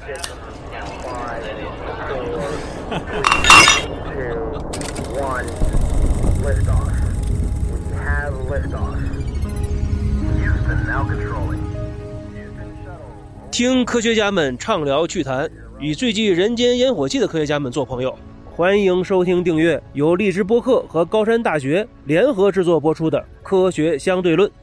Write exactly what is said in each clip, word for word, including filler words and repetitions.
Six, five, four, three, two, one, liftoff. We have liftoff. Houston now controlling. Houston shuttle. 听科学家们畅聊趣谈，与最具人间烟火气的科学家们做朋友。欢迎收听订阅由荔枝播客和高山大学联合制作播出的《科学相对论》。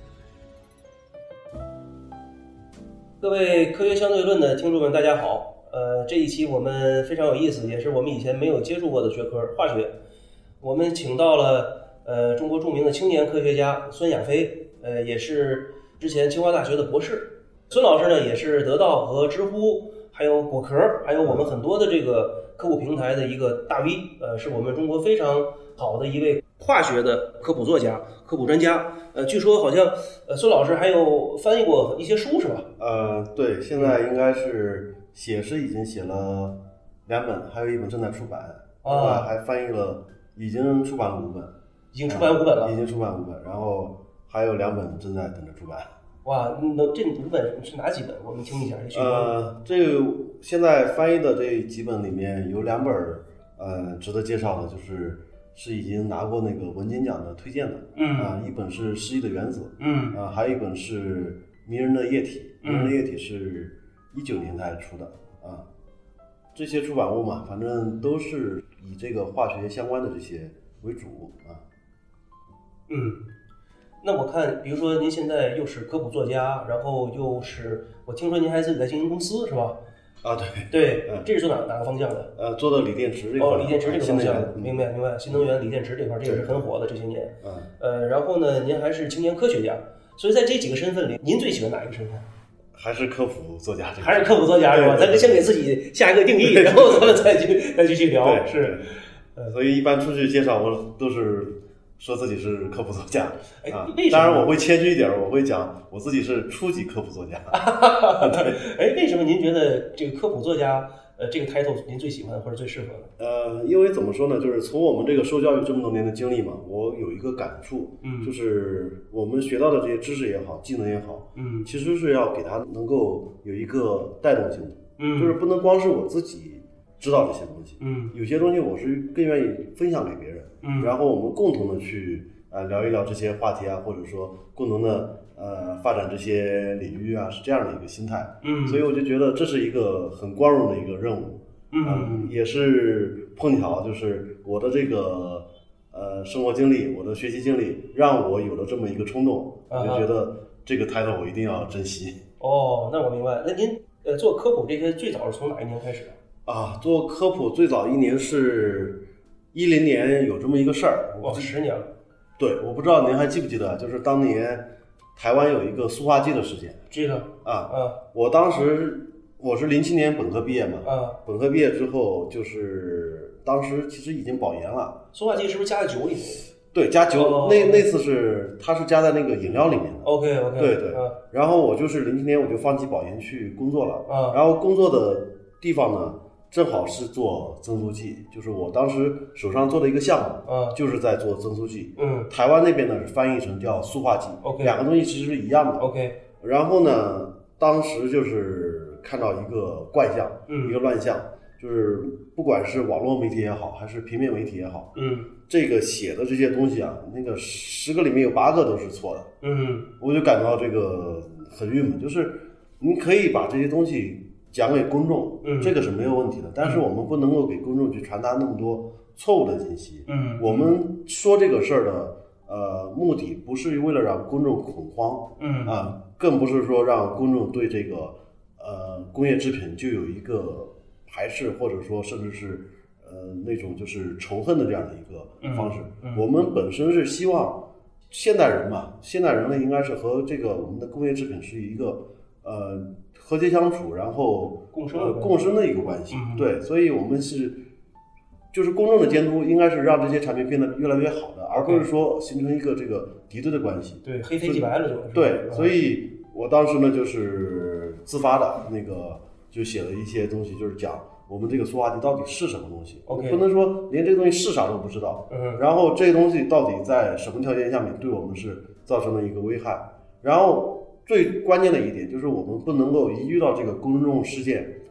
各位科学相对论的听众们，大家好。呃，这一期我们非常有意思，也是我们以前没有接触过的学科——化学。我们请到了呃中国著名的青年科学家孙亚飞，呃，也是之前清华大学的博士。孙老师呢，也是得到和知乎、还有果壳，还有我们很多的这个科普平台的一个大 V， 呃，是我们中国非常好的一位化学的科普作家、科普专家。呃，据说好像呃孙老师还有翻译过一些书，是吧？ 呃，对，现在应该是写诗已经写了两本，还有一本正在出版，啊，还翻译了，已经出版了五本， 已经出版五本了， 已经出版五本，然后还有两本正在等着出版。 哇，那这五本是哪几本？我们听一下。 呃，这个现在翻译的这几本里面有两本，呃，值得介绍的，就是是已经拿过那个文津奖的推荐的， 嗯啊、呃，一本是《诗意的原子》， 嗯， 啊、呃，还有一本是《迷人的液体》， 嗯， 迷人的液体是一九年才出的，啊、呃，这些出版物嘛，反正都是以这个化学相关的这些为主啊， 嗯。那我看，比如说您现在又是科普作家，然后又是我听说您还自己在经营公司，是吧？ 啊，对对， 嗯， 这是做哪哪个方向的？ 呃，做的锂电池这块。 哦，锂电池这个方向， 嗯、 明白明白。新能源锂电池这块，这也是很火的这些年。 嗯， 呃，然后呢，您还是青年科学家，所以在这几个身份里，您最喜欢哪一个身份？ 还是科普作家， 还是科普作家是吧？咱先给自己下一个定义，然后咱们再去再继续聊。是， 呃，所以一般出去介绍我都是说自己是科普作家啊， 为什么？ 当然我会谦虚一点，我会讲我自己是初级科普作家。 对，哎，为什么您觉得这个科普作家，呃，这个 title 您最喜欢或者最适合呢？ 呃，因为怎么说呢，就是从我们这个受教育这么多年的经历嘛，我有一个感触， 嗯， 就是我们学到的这些知识也好，技能也好， 嗯， 其实是要给它能够有一个带动性的， 嗯， 就是不能光是我自己知道这些东西， 嗯， 有些东西我是更愿意分享给别人， 嗯， 然后我们共同的去呃聊一聊这些话题啊，或者说共同的呃发展这些领域啊，是这样的一个心态， 嗯， 所以我就觉得这是一个很光荣的一个任务， 嗯， 呃、也是碰巧就是我的这个呃生活经历，我的学习经历，让我有了这么一个冲动， 啊、 我就觉得这个 title 我一定要珍惜。 哦，那我明白。那您呃做科普这些最早是从哪一年开始的？ 啊，做科普最早一年是一零年有这么一个事儿， 哇，十年了。 对，我不知道您还记不记得，就是当年台湾有一个塑化剂的事件。 记得啊啊， 我当时我是零七年本科毕业嘛， 啊， 本科毕业之后就是当时其实已经保研了。 塑化剂是不是加在酒里面？ 对，加酒， 哦、 那那次是它是加在那个饮料里面的。 OK OK。 对对、 啊。 然后我就是零七年我就放弃保研去工作了。 啊。 然后工作的地方呢，正好是做增速剂，就是我当时手上做的一个项目， 啊， 就是在做增速剂。 嗯。 台湾那边呢是翻译成叫塑化剂。 OK。 两个东西其实是一样的。 OK。 然后呢，当时就是看到一个怪象， 嗯， 一个乱象，就是不管是网络媒体也好，还是平面媒体也好， 嗯， 这个写的这些东西啊，那个十个里面有八个都是错的。 嗯， 我就感到这个很郁闷，就是你可以把这些东西讲给公众， 嗯， 这个是没有问题的，但是我们不能够给公众去传达那么多错误的信息。 嗯， 我们说这个事儿的呃目的不是为了让公众恐慌， 嗯啊，更不是说让公众对这个呃工业制品就有一个排斥，或者说甚至是呃那种就是仇恨的这样的一个方式。 嗯嗯、 我们本身是希望现代人嘛，现代人呢应该是和这个我们的工业制品是一个呃和谐相处，然后共生、 呃、共生的一个关系。 嗯、 对，所以我们是就是公众的监督应该是让这些产品变得越来越好的，而不是说形成一个这个敌对的关系。 对，黑非即白了就。 对，所以我当时呢就是自发的那个就写了一些东西，就是讲我们这个塑化剂到底是什么东西。 Okay. 不能说连这个东西是啥都不知道。 嗯。 然后这个东西到底在什么条件下面对我们是造成了一个危害。然后最关键的一点就是我们不能够一遇到这个公众事件，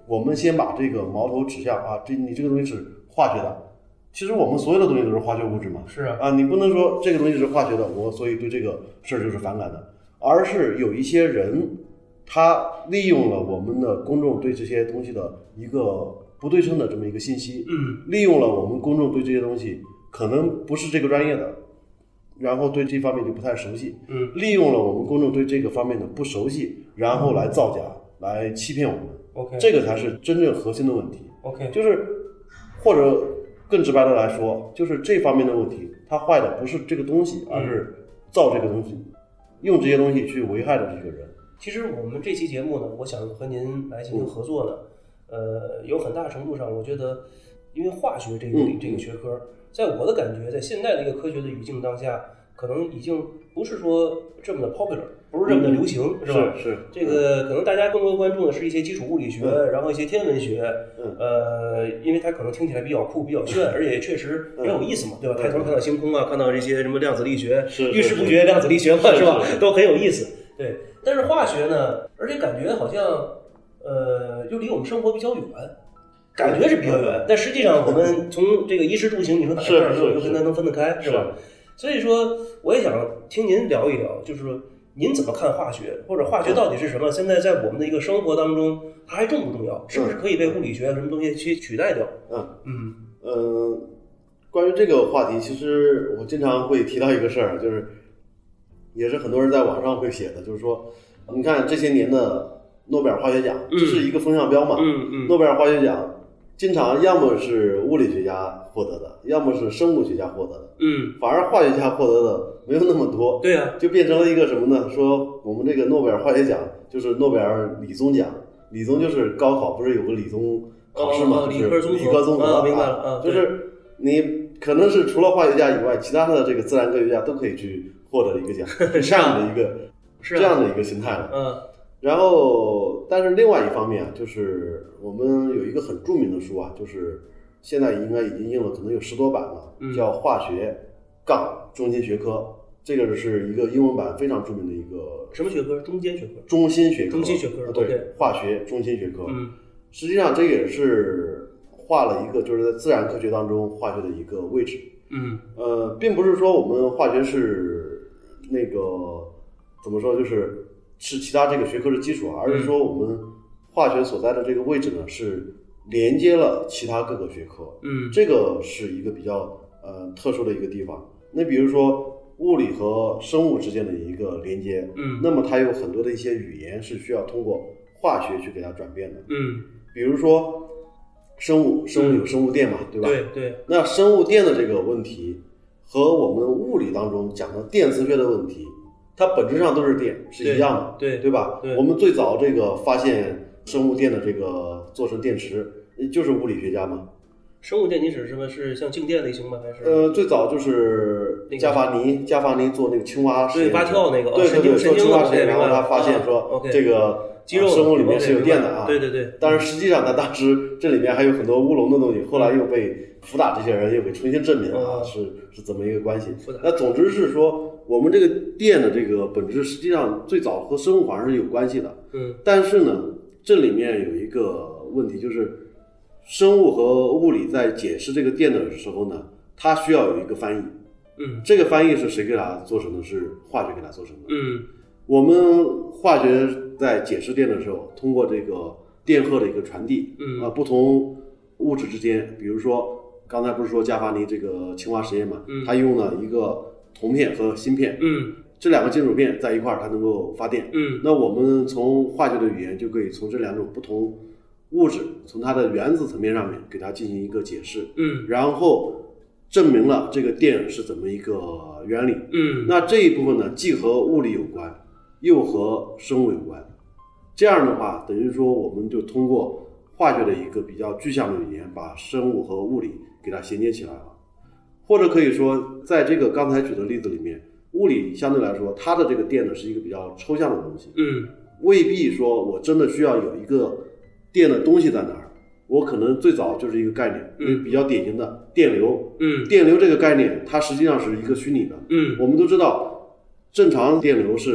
我们先把这个矛头指向啊，这你这个东西是化学的。其实我们所有的东西都是化学物质嘛， 是啊， 啊，你不能说这个东西是化学的，我所以对这个事儿就是反感的，而是有一些人，他利用了我们的公众对这些东西的一个不对称的这么一个信息， 嗯， 利用了我们公众对这些东西可能不是这个专业的，然后对这方面就不太熟悉， 嗯， 利用了我们公众对这个方面的不熟悉，然后来造假，来欺骗我们。 OK， 这个才是真正核心的问题。 OK， 就是或者更直白的来说，就是这方面的问题，它坏的不是这个东西，而是造这个东西，用这些东西去危害的这个人。 其实我们这期节目呢，我想和您来进行合作呢，呃，有很大程度上，我觉得，因为化学这个、 嗯、 这个学科，在我的感觉，在现在的一个科学的语境当下，可能已经不是说这么的 popular， 不是这么的流行， 嗯、 是吧？ 是是。 这个可能大家更多关注的是一些基础物理学， 嗯、 然后一些天文学， 嗯、 呃，因为它可能听起来比较酷、比较炫，而且确实比较有意思嘛，对吧？抬头看到星空啊，看到这些什么量子力学、 是遇事不决量子力学嘛， 是是吧？都很有意思。对，但是化学呢，而且感觉好像，呃，又离我们生活比较远，感觉是比较远，但实际上我们从这个衣食住行，你说哪块儿又跟它能分得开，是吧？所以说，我也想听您聊一聊，就是说您怎么看化学，或者化学到底是什么？现在在我们的一个生活当中，它还重不重要？是不是可以被物理学什么东西去取代掉？ 嗯嗯呃，关于这个话题，其实我经常会提到一个事儿，就是。也是很多人在网上会写的，就是说，你看这些年的诺贝尔化学奖，这是一个风向标嘛。 嗯嗯。 诺贝尔化学奖经常要么是物理学家获得的，要么是生物学家获得的。 嗯。 反而化学家获得的没有那么多。 对呀、啊。 就变成了一个什么呢？说我们这个诺贝尔化学奖就是诺贝尔理综奖，理综就是高考不是有个理综考试嘛？ 哦、 就是理科综合。 啊，明白了啊。就是你可能是除了化学家以外，其他的这个自然科学家都可以去。获得一个奖，是这样的一个是、啊、 这样的一个心态了。 嗯， 然后，但是另外一方面啊，就是我们有一个很著名的书啊，就是现在应该已经印了，可能有十多版了， 嗯、 叫《化学杠中心学科》。这个是一个英文版非常著名的一个什么学科？中间学科。 中心学科。 中心学科。 对， okay. 化学中心学科。 嗯， 实际上这也是画了一个就是在自然科学当中化学的一个位置。 嗯， 呃，并不是说我们化学是。那个怎么说，就是是其他这个学科的基础，而是说我们化学所在的这个位置呢，是连接了其他各个学科。 嗯， 这个是一个比较呃特殊的一个地方。那比如说物理和生物之间的一个连接， 嗯， 那么它有很多的一些语言是需要通过化学去给它转变的。 嗯， 比如说生物，生物有生物电嘛， 嗯、 对吧？ 对对。 那生物电的这个问题。和我们物理当中讲的电磁学的问题，它本质上都是电，是一样的， 对对, 对吧对？ 我们最早这个发现生物电的这个做成电池，就是物理学家嘛。 生物电你指什么？是像静电类型吗？还是？ 呃，最早就是加法尼，那个、加法尼做那个青蛙实验， 对蛙跳那个， 对对对，做青蛙实验，然后他发现说、 哦、 这个肌肉、 啊、生物里面是有电的啊。 对对对。 但是实际上他当时这里面还有很多乌龙的东西，后来又被福打这些人又给重新证明啊， 嗯、 是是怎么一个关系？ 福打。 那总之是说，我们这个电的这个本质实际上最早和生物好像是有关系的。 嗯。 但是呢，这里面有一个问题，就是生物和物理在解释这个电的时候呢，它需要有一个翻译。 嗯。 这个翻译是谁给它做成的？是化学给它做成的。 嗯。 我们化学在解释电的时候，通过这个电荷的一个传递， 嗯啊，不同物质之间，比如说刚才不是说加法尼这个青蛙实验嘛， 嗯， 它用了一个铜片和锌片， 嗯， 这两个金属片在一块儿，它能够发电， 嗯， 那我们从化学的语言就可以从这两种不同物质，从它的原子层面上面给它进行一个解释， 嗯， 然后证明了这个电是怎么一个原理， 嗯， 那这一部分呢，既和物理有关，又和生物有关。这样的话，等于说我们就通过化学的一个比较具象的语言，把生物和物理给它衔接起来了。或者可以说，在这个刚才举的例子里面，物理相对来说，它的这个电呢是一个比较抽象的东西， 嗯， 未必说我真的需要有一个电的东西在哪儿。我可能最早就是一个概念，嗯，比较典型的电流， 嗯， 电流这个概念，它实际上是一个虚拟的， 嗯， 我们都知道，正常电流是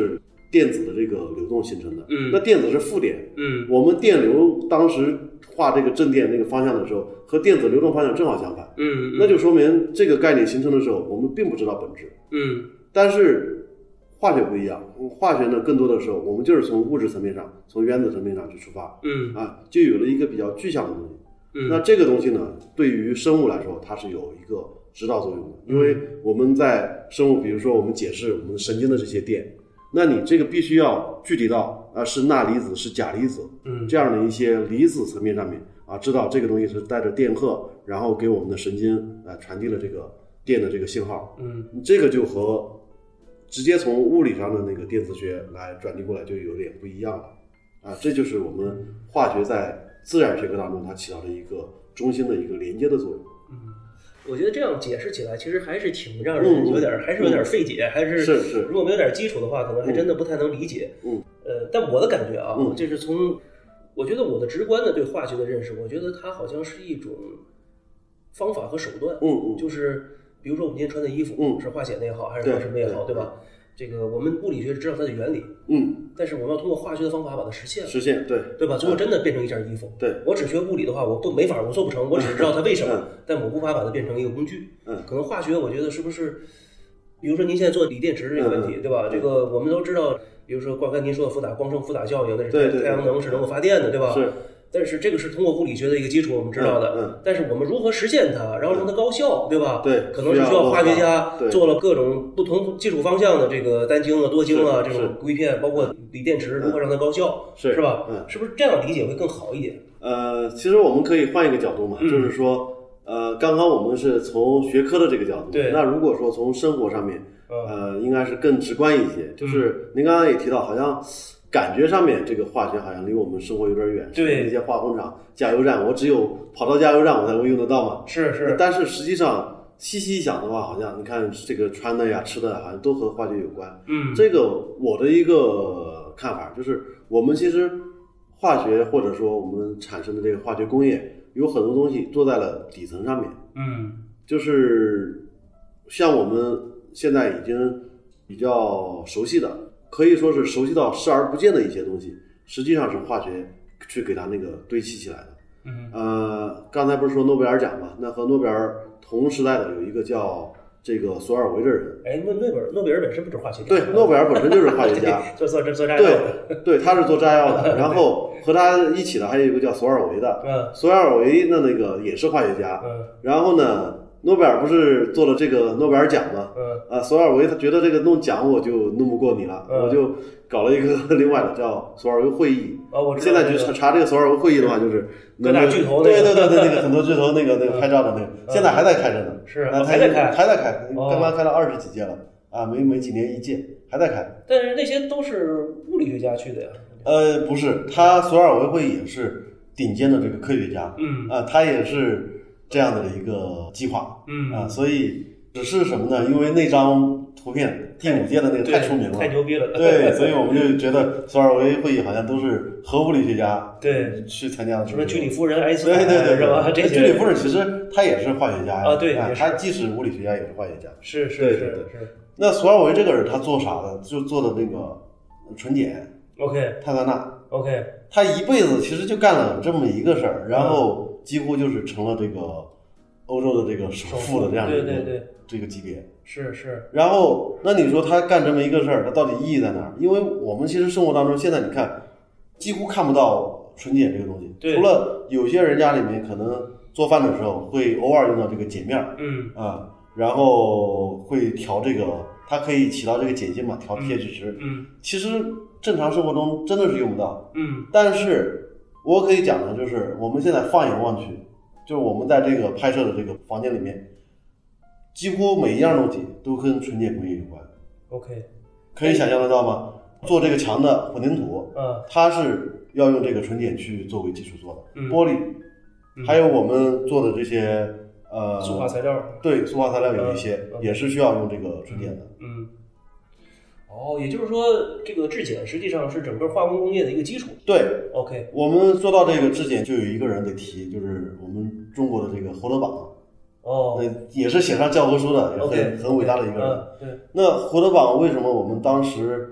电子的这个流动形成的。 嗯， 那电子是负电。 嗯， 我们电流当时画这个正电那个方向的时候，和电子流动方向正好相反。 嗯， 那就说明这个概念形成的时候，我们并不知道本质。 嗯，但是化学不一样，化学呢更多的时候，我们就是从物质层面上，从原子层面上去出发。 嗯， 啊，就有了一个比较具象的东西。 嗯， 那这个东西呢，对于生物来说，它是有一个指导作用的，因为我们在生物，比如说我们解释我们神经的这些电，那你这个必须要具体到啊是钠离子是钾离子， 嗯， 这样的一些离子层面上面啊，知道这个东西是带着电荷，然后给我们的神经啊传递了这个电的这个信号， 嗯， 这个就和直接从物理上的那个电磁学来转递过来就有点不一样了啊，这就是我们化学在自然学科当中它起到了一个中心的一个连接的作用。 嗯，我觉得这样解释起来其实还是挺让人有点、嗯、还是有点费解、嗯、还是是是如果没有点基础的话可能还真的不太能理解。 嗯， 呃，但我的感觉啊， 嗯， 这是从我觉得我的直观的对化学的认识，我觉得它好像是一种方法和手段。 嗯嗯， 就是比如说我们今天穿的衣服， 嗯， 是化碱的也好还是什么也好， 对, 对吧？这个我们物理学是知道它的原理， 嗯， 但是我们要通过化学的方法把它实现了， 实现，对， 对吧？最后真的变成一件衣服。 对， 我只学物理的话，我不没法，我做不成，我只知道它为什么，嗯、但我无法把它变成一个工具。 嗯， 可能化学，我觉得是不是，比如说您现在做锂电池这个问题， 嗯、 对吧？这个我们都知道，比如说刚才您说的复打光生复打效应，那是对对太阳能是能够发电的，对吧？ 是。 但是这个是通过物理学的一个基础，我们知道的。 嗯嗯、 但是我们如何实现它，然后让它高效，对吧？ 对， 可能是需要化学家做了各种不同基础方向的这个单晶啊、多晶啊这种硅片，包括锂电池如何让它高效， 是是吧？ 嗯， 是不是这样理解会更好一点？ 呃，其实我们可以换一个角度嘛， 嗯、 就是说，呃，刚刚我们是从学科的这个角度， 对， 那如果说从生活上面，呃，应该是更直观一些。就是您刚刚也提到，好像感觉上面这个化学好像离我们生活有点远， 对， 那些化工厂、加油站，我只有跑到加油站我才会用得到嘛。 是是。 但是实际上细细一想的话，好像你看这个穿的呀、吃的，好像都和化学有关。 嗯， 这个我的一个看法就是，我们其实化学或者说我们产生的这个化学工业，有很多东西做在了底层上面。 嗯， 就是像我们现在已经比较熟悉的。可以说是熟悉到视而不见的一些东西，实际上是化学去给它那个堆砌起来的。 嗯， 呃，刚才不是说诺贝尔奖嘛？那和诺贝尔同时代的有一个叫这个索尔维的人。 哎，诺诺贝尔诺贝尔本身不是化学家？ 对，诺贝尔本身就是化学家， 做做做炸药的。 对对，他是做炸药的。然后和他一起的还有一个叫索尔维的。 嗯， 索尔维的那个也是化学家。 嗯， 然后呢？诺贝尔不是做了这个诺贝尔奖吗？ 嗯， 啊，索尔维他觉得这个弄奖我就弄不过你了， 嗯、 我就搞了一个另外的叫索尔维会议。 哦，我现在去查查这个索尔维会议的话，就是各大巨头、 那个，对对对对，那个很多巨头那个那个拍照的那个，嗯、现在还在开着呢。 是啊， 还在开， 还在开， 哦、 刚刚开了二十几届了啊，没没几年一届，还在开。 但是那些都是物理学家去的呀。 呃，不是，他索尔维会议也是顶尖的这个科学家。 嗯啊，他也是。这样的一个计划， 嗯啊，所以只是什么呢？因为那张图片第五届的那个太出名了， 太牛逼了， 对，所以我们就觉得索尔维会议好像都是核物理学家对去参加的， 什么居里夫人、爱因斯坦， 对对对， 是吧？这些居里夫人其实她也是化学家呀， 啊，对， 她既是物理学家也是化学家， 是是是是是。 那索尔维这个人他做啥的？就做的那个纯碱 ，OK， 碳酸钠 ，OK， 他一辈子其实就干了这么一个事儿，然后几乎就是成了这个。欧洲的这个首富的这样的一个对对对这个级别是是， 然后那你说他干这么一个事儿，他到底意义在哪儿？因为我们其实生活当中现在你看，几乎看不到纯碱这个东西，除了有些人家里面可能做饭的时候会偶尔用到这个碱面， 嗯啊，然后会调这个，它可以起到这个碱性嘛，调 pH 值， 嗯， 其实正常生活中真的是用不到， 嗯， 但是我可以讲的就是我们现在放眼望去。就是我们在这个拍摄的这个房间里面，几乎每一样东西都跟纯碱工业有关。 OK， 可以想象得到吗？做这个墙的混凝土， 嗯， 它是要用这个纯碱去作为基础做的。 嗯、 玻璃、 嗯， 还有我们做的这些呃塑化材料， 对，塑化材料有一些、 嗯、 也是需要用这个纯碱的。 嗯。嗯哦，也就是说，这个制碱实际上是整个化工工业的一个基础。 对 ，OK， 我们说到这个制碱，就有一个人得提，就是我们中国的这个侯德榜。 哦， 那也是写上教科书的，也很、 okay, 很伟大的一个人。 嗯，对。 那侯德榜为什么我们当时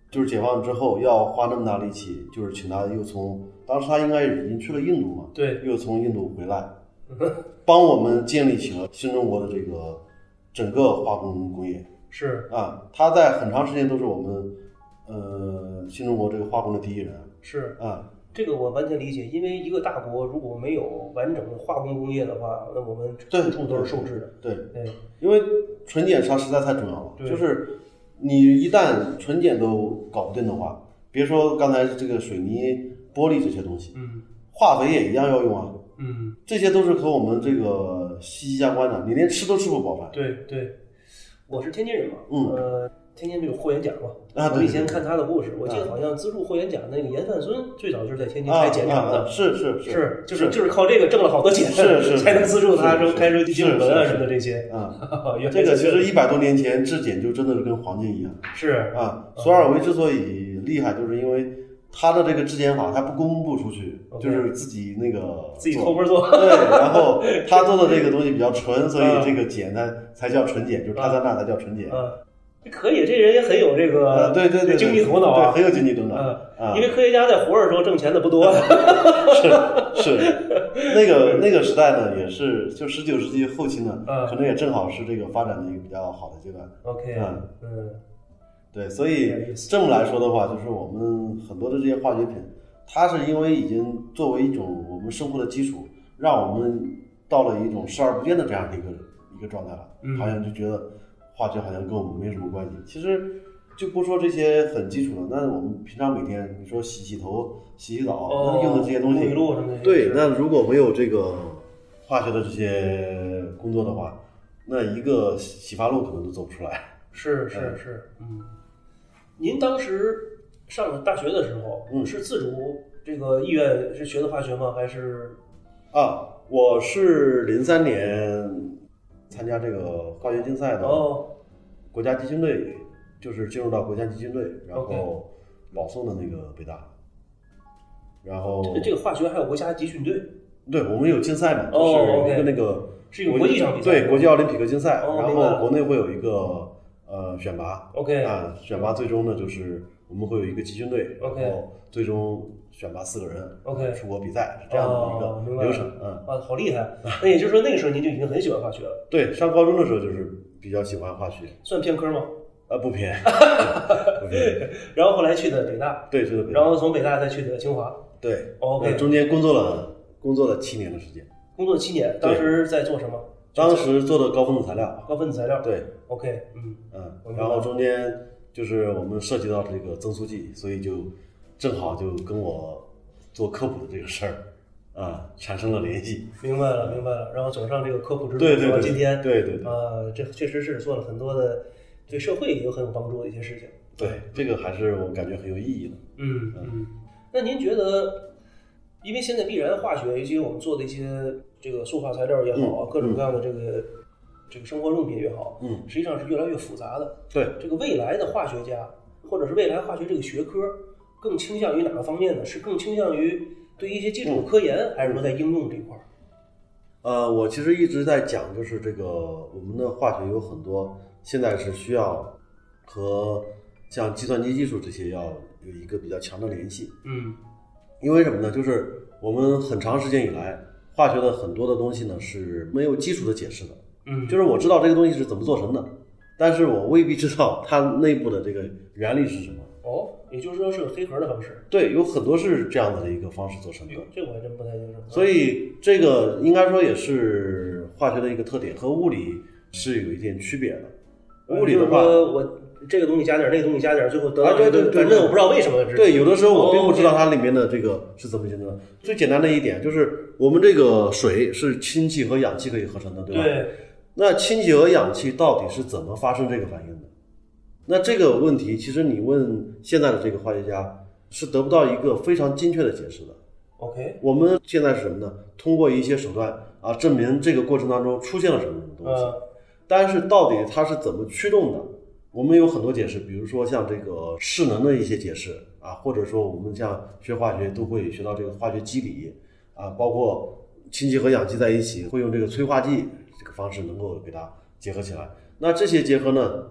就是解放之后要花那么大力气，就是请他又从当时他应该已经去了印度嘛， 对， 又从印度回来，帮我们建立起了新中国的这个整个化工工业。 是啊，他在很长时间都是我们呃新中国这个化工的第一人。 是啊， 这个我完全理解，因为一个大国如果没有完整的化工工业的话，那我们处处都是受制的。 对对， 因为纯碱它实在太重要了，就是你一旦纯碱都搞不定的话，别说刚才这个水泥、玻璃这些东西， 嗯， 化肥也一样要用啊， 嗯， 这些都是和我们这个息息相关的，你连吃都吃不饱饭。 对对，我是天津人嘛， 嗯， 呃，天津不有霍元甲嘛？ 啊， 我以前看他的故事，我记得好像资助霍元甲那个严范孙最早就是在天津开碱厂的， 啊啊啊、是是是是，就是就是靠这个挣了好多钱， 是是才能资助他说开出地精门啊什么的这些。 啊，这个其实一百多年前制碱就真的是跟黄金一样。 是啊，索尔维之所以厉害，就是因为他的这个制碱法他不公布出去， okay, 就是自己那个自己偷摸做。 对，然后他做的这个东西比较纯，所以这个碱它才叫纯碱，就是他在那才叫纯碱。 嗯，可以，这人也很有这个、 呃、对对对经济头脑啊， 对，很有经济头脑。 嗯啊， 因为科学家在活着的时候挣钱的不多。 是是，那个那个时代呢，也是就十九世纪后期呢， 嗯， 可能也正好是这个发展的一个比较好的阶段。 OK， 嗯嗯， 对，所以这么来说的话，就是我们很多的这些化学品，它是因为已经作为一种我们生活的基础，让我们到了一种视而不见的这样的一个一个状态了， 嗯， 好像就觉得化学好像跟我们没什么关系。其实就不说这些很基础的，那我们平常每天你说洗洗头、洗洗澡， 哦、 那用的这些东西， 沐浴露什么的， 对，那如果没有这个化学的这些工作的话，那一个洗发露可能都做不出来。 是是是，嗯。您当时上大学的时候， 嗯， 是自主这个意愿是学的化学吗？还是？ 啊，我是零三年参加这个化学竞赛的国家集训队，就是进入到国家集训队，然后保送的那个北大。然后这个这个化学还有国家集训队？ 对，我们有竞赛嘛， 哦、 就是一个那个是一个国际上比赛， 对，国际奥林匹克竞赛， 哦、 然后国内会有一个呃选拔 ，OK 啊，选拔最终呢就是我们会有一个集训队 ，OK， 然后最终选拔四个人 ，OK， 出国比赛，是这样的一个流程， 哦、嗯，啊，好厉害！那也就是说那个时候您就已经很喜欢化学了？ 对，上高中的时候就是比较喜欢化学， 算偏科吗？ 呃，不偏，不偏。 然后后来去的北大， 对，去的北大， 然后从北大再去的清华， 对 ，OK， 中间工作了工作了七年的时间， 工作七年，当时在做什么？ 当时做的高分子材料， 高分子材料， 对 ，OK， 嗯嗯，然后中间就是我们涉及到这个增速剂，所以就正好就跟我做科普的这个事儿啊产生了联系。 明白了，明白了，然后走上这个科普之路， 对对对， 走到今天， 对对对， 啊，这确实是做了很多的对社会也有很有帮助的一些事情。 对，这个还是我感觉很有意义的。 嗯嗯，那您觉得？因为现在必然化学，尤其我们做的一些这个塑化材料也好， 嗯、 各种各样的这个、嗯、这个生活用品也好， 嗯， 实际上是越来越复杂的。 对， 这个未来的化学家，或者是未来化学这个学科，更倾向于哪个方面呢？是更倾向于对一些基础的科研，嗯、还是说在应用这一块？ 呃，我其实一直在讲，就是这个我们的化学有很多现在是需要和像计算机技术这些要有一个比较强的联系。 嗯。 因为什么呢？就是我们很长时间以来，化学的很多的东西呢是没有基础的解释的。 嗯， 就是我知道这个东西是怎么做成的，但是我未必知道它内部的这个原理是什么。 哦，也就是说是个黑盒的方式。 对，有很多是这样子的一个方式做成的。 这我还真不太清楚。 所以这个应该说也是化学的一个特点，和物理是有一点区别的。物理的话， 就是说我这个东西加点，那个东西加点，最后得到、 啊、对对对， 反正我不知道为什么。 对，有的时候我并不知道它里面的这个是怎么形成的。哦 okay. 最简单的一点就是，我们这个水是氢气和氧气可以合成的，对吧？ 对。 那氢气和氧气到底是怎么发生这个反应的？那这个问题，其实你问现在的这个化学家是得不到一个非常精确的解释的。 OK。 我们现在是什么呢？通过一些手段啊，证明这个过程当中出现了什么什么东西。 呃、 但是到底它是怎么驱动的？我们有很多解释，比如说像这个势能的一些解释啊，或者说我们像学化学都会学到这个化学机理啊，包括氢气和氧气在一起会用这个催化剂这个方式能够给它结合起来。那这些结合呢，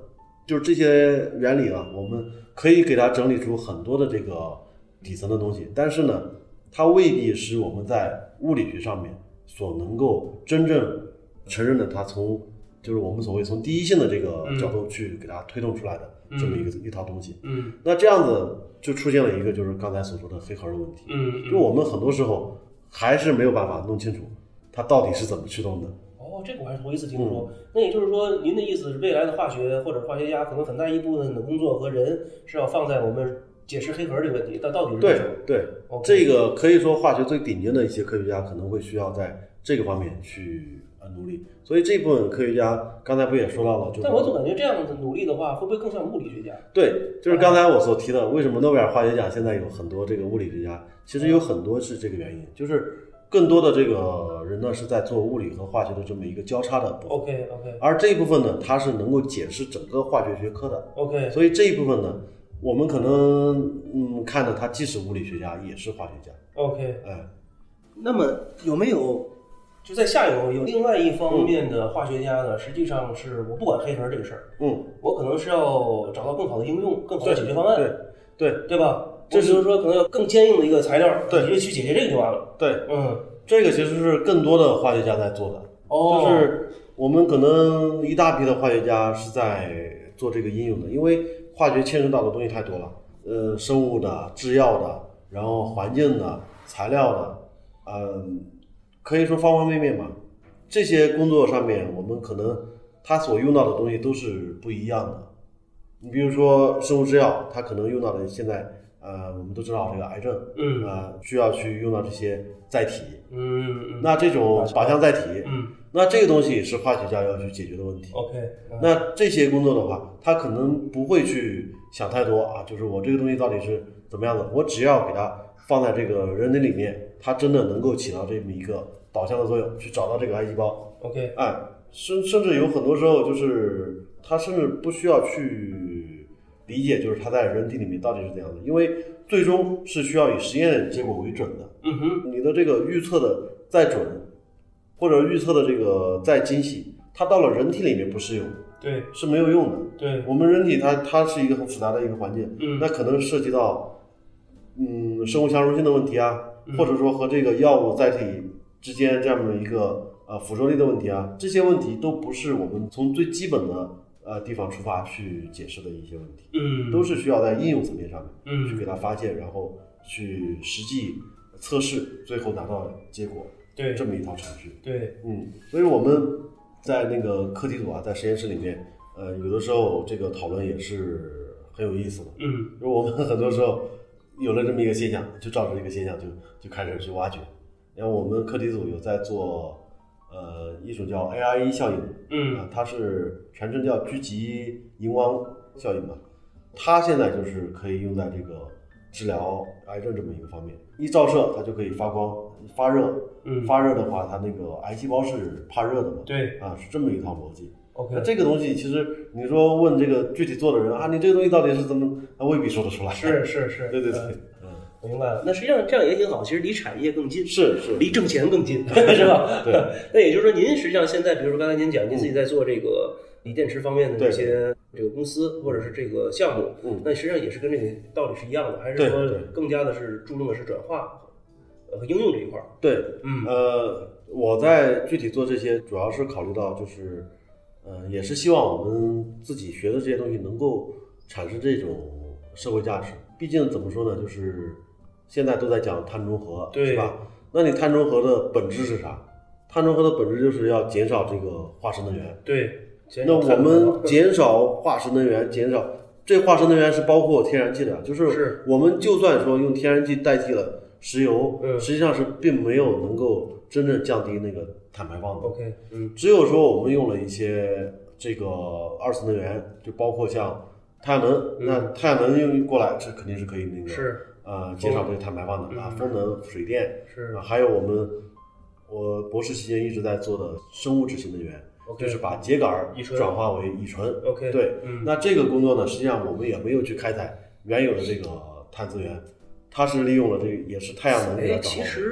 就是这些原理啊，我们可以给它整理出很多的这个底层的东西，但是呢，它未必是我们在物理学上面所能够真正承认的，它从就是我们所谓从第一性的这个角度去给它推动出来的这么一个、嗯、一套东西。 嗯， 那这样子就出现了一个就是刚才所说的黑盒的问题。 嗯， 就我们很多时候还是没有办法弄清楚它到底是怎么驱动的。 哦，这个我还是头一次听说。嗯、那也就是说，您的意思是，未来的化学或者化学家可能很大一部分的工作和人是要放在我们解释黑盒这个问题，但到底是对对、 okay 这个可以说化学最顶尖的一些科学家可能会需要在这个方面去呃努力，所以这部分科学家刚才不也说到了，就但我总感觉这样的努力的话，会不会更像物理学家？ 对，就是刚才我所提的，为什么诺贝尔化学奖现在有很多这个物理学家，其实有很多是这个原因，就是更多的这个人呢是在做物理和化学的这么一个交叉的部分。 OK OK。 而这一部分呢，它是能够解释整个化学学科的。 OK。 所以这一部分呢，我们可能嗯看的他既是物理学家也是化学家。 OK。 哎， 那么有没有就在下游有另外一方面的化学家呢？嗯、实际上是我不管黑盒这个事儿， 嗯， 我可能是要找到更好的应用、更好的解决方案。 对对对吧？这就是说可能要更坚硬的一个材料， 对， 直接去解决这个就完了。 对， 嗯， 这个其实是更多的化学家在做的。 哦， 就是我们可能一大批的化学家是在做这个应用的，因为化学牵涉到的东西太多了，呃，生物的、制药的，然后环境的、材料的，嗯、呃，可以说方方面面吧。这些工作上面，我们可能它所用到的东西都是不一样的。你比如说生物制药，它可能用到的现在。呃，我们都知道这个癌症， 嗯， 呃，需要去用到这些载体， 嗯嗯， 那这种靶向载体， 嗯， 那这个东西是化学家要去解决的问题。 OK，嗯、 那这些工作的话，他可能不会去想太多啊，就是我这个东西到底是怎么样的，我只要给它放在这个人体里面，它真的能够起到这么一个导向的作用，去找到这个癌细胞。 OK， 哎，甚甚至有很多时候就是他甚至不需要去理解，就是它在人体里面到底是怎样的，因为最终是需要以实验结果为准的。 嗯哼， 你的这个预测的再准，或者预测的这个再精细，它到了人体里面不适用， 对， 是没有用的。 对， 我们人体它它是一个很复杂的一个环境， 嗯， 那可能涉及到嗯生物相容性的问题啊， 嗯、 或者说和这个药物载体之间这样的一个呃附着力的问题啊，这些问题都不是我们从最基本的。呃，地方出发去解释的一些问题， 嗯， 都是需要在应用层面上面， 嗯， 去给它发现，然后去实际测试，最后拿到结果， 对， 这么一套程序， 对， 嗯，所以我们在那个课题组啊，在实验室里面，呃，有的时候这个讨论也是很有意思的， 嗯， 就我们很多时候有了这么一个现象，就照着这个现象就就开始去挖掘，然后我们课题组有在做。呃，一种叫 A R E 效应， 嗯、 呃，它是全称叫狙击荧光效应嘛，它现在就是可以用在这个治疗癌症这么一个方面。一照射，它就可以发光、发热， 嗯， 发热的话，它那个癌细胞是怕热的嘛， 对， 啊，是这么一套逻辑。 OK， 那这个东西其实你说问这个具体做的人啊，你这个东西到底是怎么，他未必说得出来。 是是是， 对对对。 嗯，我明白了。那实际上这样也挺好，其实离产业更近， 是是， 离挣钱更近，是吧？ 对。 那也就是说，您实际上现在，比如说刚才您讲，您自己在做这个锂电池方面的这些这个公司或者是这个项目， 嗯， 那实际上也是跟这个道理是一样的，还是说更加的是注重的是转化和应用这一块？ 对， 嗯， 呃，我在具体做这些，主要是考虑到就是。呃，也是希望我们自己学的这些东西能够产生这种社会价值。毕竟怎么说呢，就是现在都在讲碳中和，是吧？那你碳中和的本质是啥？碳中和的本质就是要减少这个化石能源。 对。 那我们减少化石能源，减少这化石能源是包括天然气的，就是我们就算说用天然气代替了石油， 嗯， 实际上是并没有能够真正降低那个碳排放的。 OK， 嗯， 只有说我们用了一些这个二次能源，就包括像太阳能， 嗯、 那太阳能用过来，这肯定是可以那个是呃减少这个碳排放的、嗯、啊。风能、水电是啊，还有我们我博士期间一直在做的生物质性能源， okay, 就是把秸秆转化为乙醇。 OK， 对， 嗯， 那这个工作呢，实际上我们也没有去开采原有的这个碳资源。它是利用了这个，也是太阳能给它转化。 其实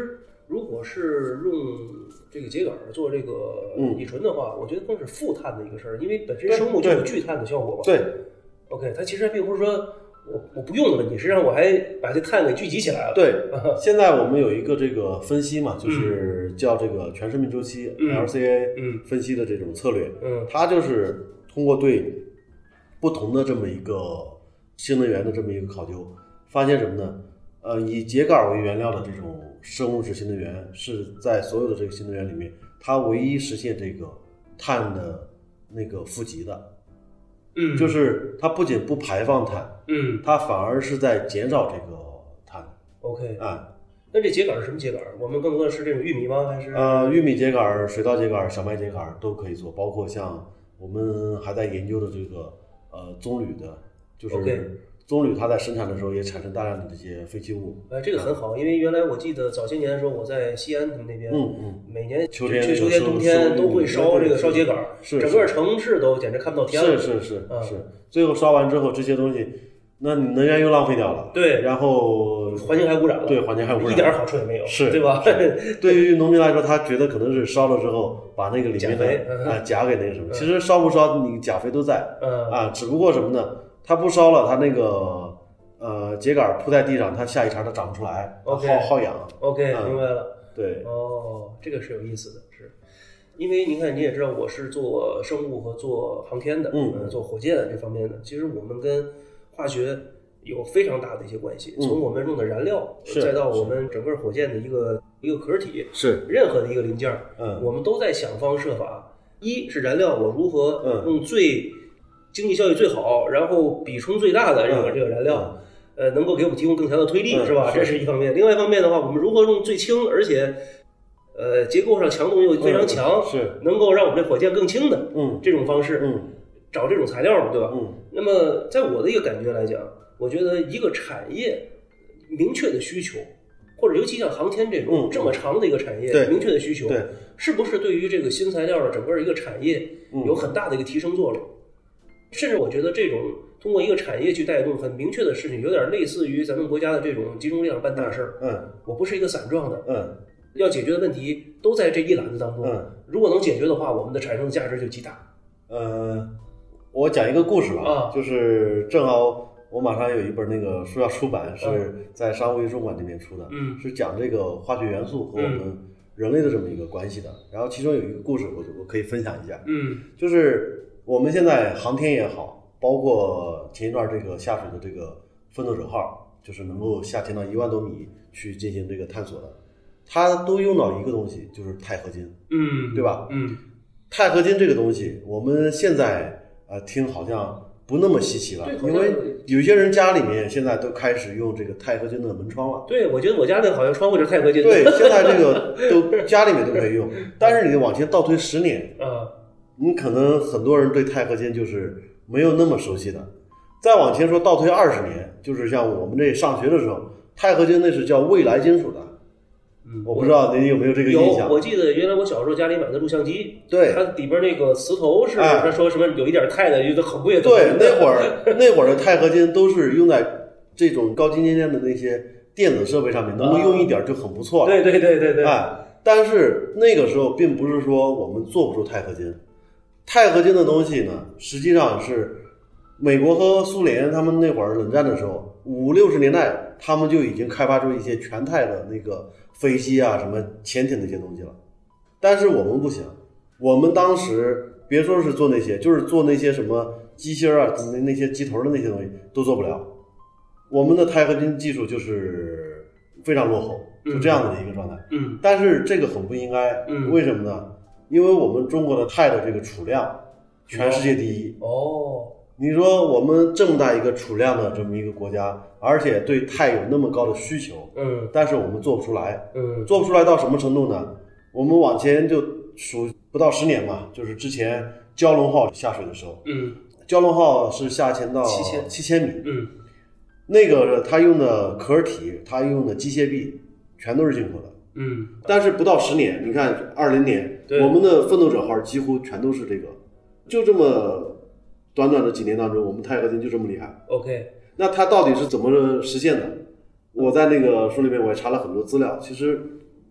如果是用这个秸秆做这个乙醇的话，嗯、我觉得更是负碳的一个事儿，因为本身生物就有聚碳的效果嘛。 对 ，OK， 它其实并不是说我我不用的问题，实际上我还把这碳给聚集起来了。 对，现在我们有一个这个分析嘛，就是叫这个全生命周期、嗯、L C A 分析的这种策略，嗯，它就是通过对不同的这么一个新能源的这么一个考究，发现什么呢？呃，以秸秆为原料的这种生物质新能源是在所有的这个新能源里面，它唯一实现这个碳的那个负极的。嗯，就是它不仅不排放碳，嗯，它反而是在减少这个碳。 OK， 啊，那这秸秆是什么秸秆？我们更多的是这种玉米吗？还是？ 呃，玉米秸秆、水稻秸秆、小麦秸秆都可以做，包括像我们还在研究的这个呃棕榈的，就是。Okay.棕榈它在生产的时候也产生大量的这些废弃物。 哎，这个很好，因为原来我记得早些年的时候，我在西安那边， 嗯嗯， 每年秋天、 秋天、冬天都会烧这个烧秸秆， 是整个城市都简直看不到天了。 是是是是，最后烧完之后，这些东西，那你能源又浪费掉了， 对， 然后环境还污染了， 对，环境还污染， 一点好处也没有， 是， 对吧？ 对于农民来说，他觉得可能是烧了之后把那个里面的啊钾给那个什么，其实烧不烧，你钾肥都在，嗯啊，只不过什么呢？它不烧了，它那个。呃，秸秆铺在地上，它下一茬它长不出来， okay, 耗耗氧。 OK，、 嗯、 明白了。 对， 哦，这个是有意思的，是，因为您看，你也知道我是做生物和做航天的，嗯，呃、做火箭这方面的。其实我们跟化学有非常大的一些关系，嗯、从我们用的燃料，再到我们整个火箭的一个一个壳体， 是任何的一个零件，嗯，我们都在想方设法。一是燃料，我如何用最经济效益最好，然后比冲最大的这个、嗯、这个燃料。嗯呃，能够给我们提供更强的推力，嗯、是吧？这是一方面。另外一方面的话，我们如何用最轻，而且，呃，结构上强度又非常强， 嗯、是能够让我们这火箭更轻的， 嗯， 这种方式， 嗯， 找这种材料嘛，对吧？ 嗯。 那么，在我的一个感觉来讲，我觉得一个产业明确的需求，或者尤其像航天这种、 嗯、 这么长的一个产业，明确的需求， 对， 是不是对于这个新材料的整个一个产业有很大的一个提升作用？嗯、甚至我觉得这种。通过一个产业去带动很明确的事情，有点类似于咱们国家的这种集中力量办大事儿。 嗯， 我不是一个散状的， 嗯， 要解决的问题都在这一篮子当中。 嗯， 如果能解决的话，我们的产生的价值就极大。 呃，我讲一个故事吧， 啊， 就是正好我马上有一本那个书要出版，是在商务印书馆那边出的， 嗯， 是讲这个化学元素和我们人类的这么一个关系的。嗯、然后其中有一个故事，我我可以分享一下， 嗯， 就是我们现在航天也好。包括前一段这个下水的这个奋斗者号，就是能够下潜到一万多米去进行这个探索的，它都用到一个东西，就是钛合金， 嗯， 对吧？ 嗯， 钛合金这个东西，我们现在呃听好像不那么稀奇了，因为有些人家里面现在都开始用这个钛合金的门窗了。 对，我觉得我家那好像窗户就是钛合金的。 对，现在这个都家里面都可以用，但是你往前倒推十年， 啊， 你可能很多人对钛合金就是没有那么熟悉的。再往前说倒推二十年，就是像我们这上学的时候，钛合金那是叫未来金属的。 嗯， 我不知道您有没有这个印象？ 有，我记得原来我小时候家里买的录像机， 对， 它里边那个磁头是他、哎、说什么有一点钛的，觉得很贵的。 对，那会儿那会儿的钛合金都是用在这种高精尖的那些电子设备上面，能够用一点就很不错了。 对对对对对。 哎，但是那个时候并不是说我们做不出钛合金，钛合金的东西呢，实际上是美国和苏联他们那会儿冷战的时候，五六十年代他们就已经开发出一些全钛的那个飞机啊、什么潜艇那些东西了。但是我们不行，我们当时别说是做那些，就是做那些什么机芯啊、那些机头的那些东西都做不了。我们的钛合金技术就是非常落后，就这样的一个状态。 嗯。 但是这个很不应该， 嗯， 为什么呢？因为我们中国的钛的这个储量，全世界第一。 哦。 你说我们这么大一个储量的这么一个国家，而且对钛有那么高的需求， 嗯， 但是我们做不出来， 嗯， 做不出来到什么程度呢？我们往前就数不到十年嘛，就是之前蛟龙号下水的时候， 嗯， 蛟龙号是下潜到七千七千米， 嗯， 那个它用的壳体，它用的机械臂，全都是进口的， 嗯， 但是不到十年，你看二零年，我们的奋斗者号几乎全都是这个，就这么。短短的几年当中，我们钛合金就这么厉害。 OK， 那它到底是怎么实现的？我在那个书里面我也查了很多资料。其实，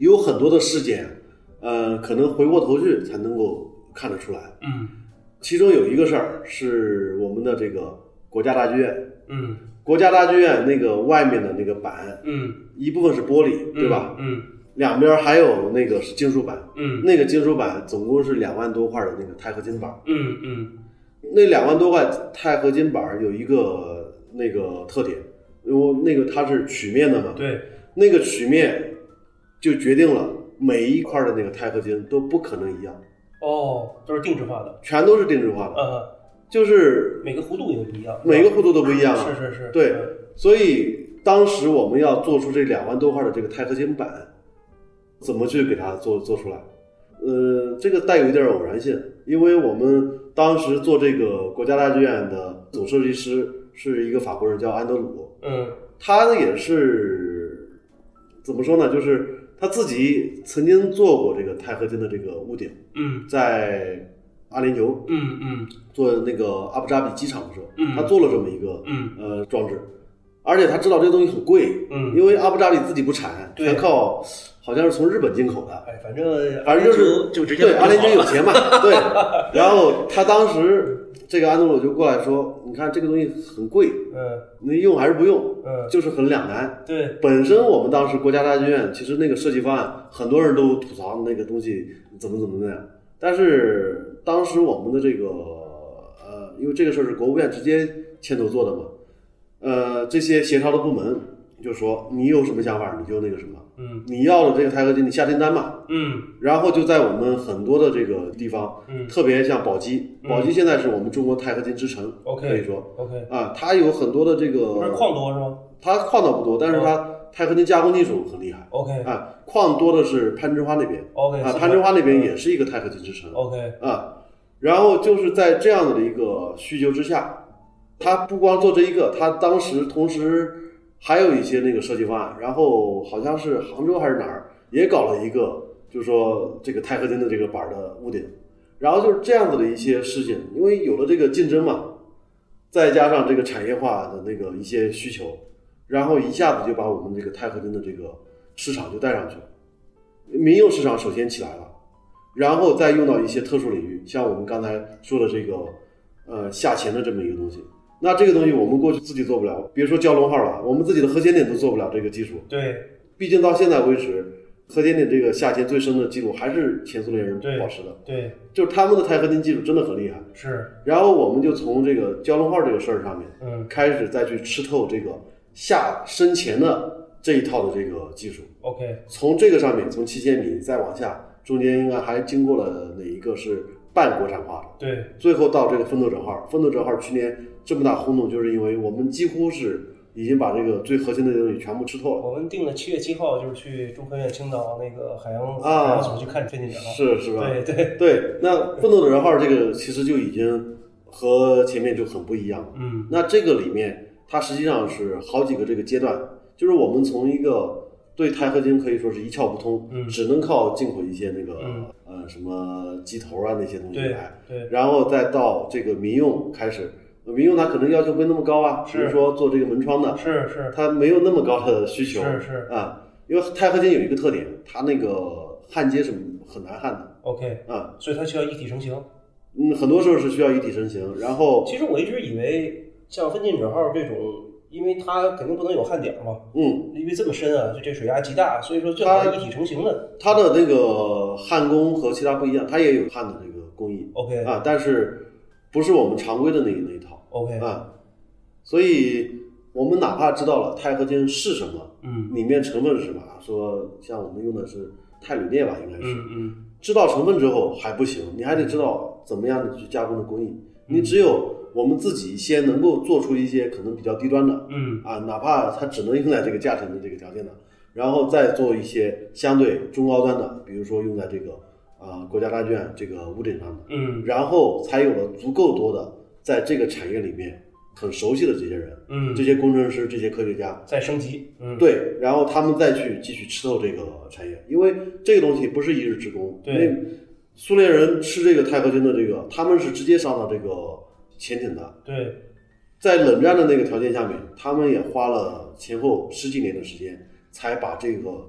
有很多的事件，呃，可能回过头去才能够看得出来。 嗯， 其中有一个事儿是我们的这个国家大剧院。 嗯， 国家大剧院那个外面的那个板， 嗯， 一部分是玻璃，对吧？ 嗯， 两边还有那个是金属板。 嗯， 那个金属板总共是两万多块的那个钛合金板。 嗯嗯， 那两万多块钛合金板有一个那个特点，因为那个它是曲面的嘛。 对， 那个曲面就决定了每一块的那个钛合金都不可能一样。 哦，都是定制化的， 全都是定制化的。 呃， 就是每个弧度也不一样， 每个弧度都不一样。 是是是， 对，所以当时我们要做出这两万多块的这个钛合金板，怎么去给它做做出来？呃，这个带有一点偶然性，因为我们当时做这个国家大剧院的总设计师是一个法国人，叫安德鲁。 嗯， 他也是怎么说呢？就是他自己曾经做过这个钛合金的这个屋顶。 嗯， 在阿联酋， 嗯嗯， 做那个阿布扎比机场的时候， 嗯， 他做了这么一个嗯呃装置，而且他知道这个东西很贵， 嗯， 因为阿布扎比自己不产，全靠好像是从日本进口的， 哎，反正反正就是就直接对阿联酋有钱嘛，对，然后他当时这个安德鲁就过来说，你看这个东西很贵， 嗯， 你用还是不用， 嗯， 就是很两难， 对， 本身我们当时国家大剧院其实那个设计方案，很多人都吐槽那个东西怎么怎么那样。但是当时我们的这个呃，因为这个事儿是国务院直接牵头做的嘛，呃，这些协调的部门就说你有什么想法你就那个什么， 嗯， 你要的这个钛合金你下订单嘛， 嗯， 然后就在我们很多的这个地方， 嗯， 特别像宝鸡， 嗯、 宝鸡现在是我们中国钛合金之城 ，OK， 可以说 ，OK， 啊，它有很多的这个， 不是矿多是吗？ 它矿倒不多，但是它钛合金加工技术很厉害。 OK， 啊，矿多的是攀枝花那边。 OK， 啊，攀枝花那边也是一个钛合金之城。 OK， 啊，然后就是在这样的一个需求之下，他不光做这一个，他当时同时还有一些那个设计方案，然后好像是杭州还是哪儿也搞了一个，就是说这个钛合金的这个板的屋顶，然后就是这样子的一些事情，因为有了这个竞争嘛，再加上这个产业化的那个一些需求，然后一下子就把我们这个钛合金的这个市场就带上去了，民用市场首先起来了，然后再用到一些特殊领域，像我们刚才说的这个呃下潜的这么一个东西。那这个东西我们过去自己做不了，别说蛟龙号了，我们自己的核潜艇都做不了这个技术。 对， 毕竟到现在为止，核潜艇这个下潜最深的记录还是前苏联人保持的。 对，对， 就是他们的钛合金技术真的很厉害。 是。然后我们就从这个蛟龙号这个事儿上面， 嗯， 开始再去吃透这个下深潜的这一套的这个技术。 OK， 从这个上面，从七千米再往下，中间应该还经过了哪一个是半国产化的？ 对， 最后到这个奋斗者号，奋斗者号去年这么大轰动，就是因为我们几乎是已经把这个最核心的东西全部吃透了。 我们定了七月七号，就是去中科院青岛那个海洋、 啊、 海洋所去看飞行员了。 是是吧？ 对对对，那奋斗者号这个其实就已经和前面就很不一样了。 嗯，那这个里面它实际上是好几个这个阶段，就是我们从一个对钛合金可以说是一窍不通， 嗯， 只能靠进口一些那个、 嗯、 呃什么机头啊那些东西来， 对对， 然后再到这个民用开始。民用它可能要求没那么高啊，比如说做这个门窗的， 是是， 它没有那么高的需求， 是是啊，因为钛合金有一个特点，它那个焊接是很难焊的 ，OK， 啊， 所以它需要一体成型， 嗯，很多时候是需要一体成型，然后其实我一直以为像奋进者号这种，因为它肯定不能有焊点嘛， 嗯， 因为这么深啊，这水压极大，所以说最好是一体成型的。 它的那个焊工和其他不一样，它也有焊的这个工艺 ，OK 啊，但是不是我们常规的那那一套 ，OK 啊，所以我们哪怕知道了钛合金是什么， 嗯， 里面成分是什么，说像我们用的是钛铝镍吧，应该是， 嗯嗯， 知道成分之后还不行，你还得知道怎么样的去加工的工艺，你只有我们自己先能够做出一些可能比较低端的， 嗯啊，哪怕它只能用在这个价钱的这个条件的，然后再做一些相对中高端的，比如说用在这个啊、呃、国家大剧院这个屋顶上的， 嗯， 然后才有了足够多的在这个产业里面很熟悉的这些人， 嗯， 这些工程师、这些科学家再升级，嗯， 对，然后他们再去继续吃透这个产业，因为这个东西不是一日之功， 对， 因为苏联人吃这个钛合金的这个，他们是直接上到这个潜艇的， 对， 在冷战的那个条件下面，他们也花了前后十几年的时间，才把这个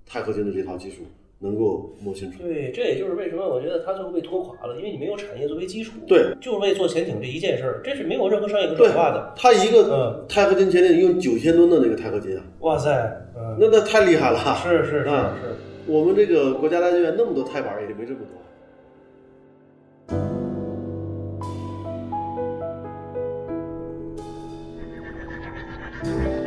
钛合金的这套技术能够摸清楚。 对，这也就是为什么我觉得它最后被拖垮了，因为你没有产业作为基础。 对， 就是为做潜艇这一件事儿，这是没有任何商业可转化的。 它一个钛合金潜艇用九千吨的那个钛合金啊！ 哇塞，嗯， 那那太厉害了。 是是是啊、 是， 我们这个国家大剧院那么多钛板也没这么多。 Thank you.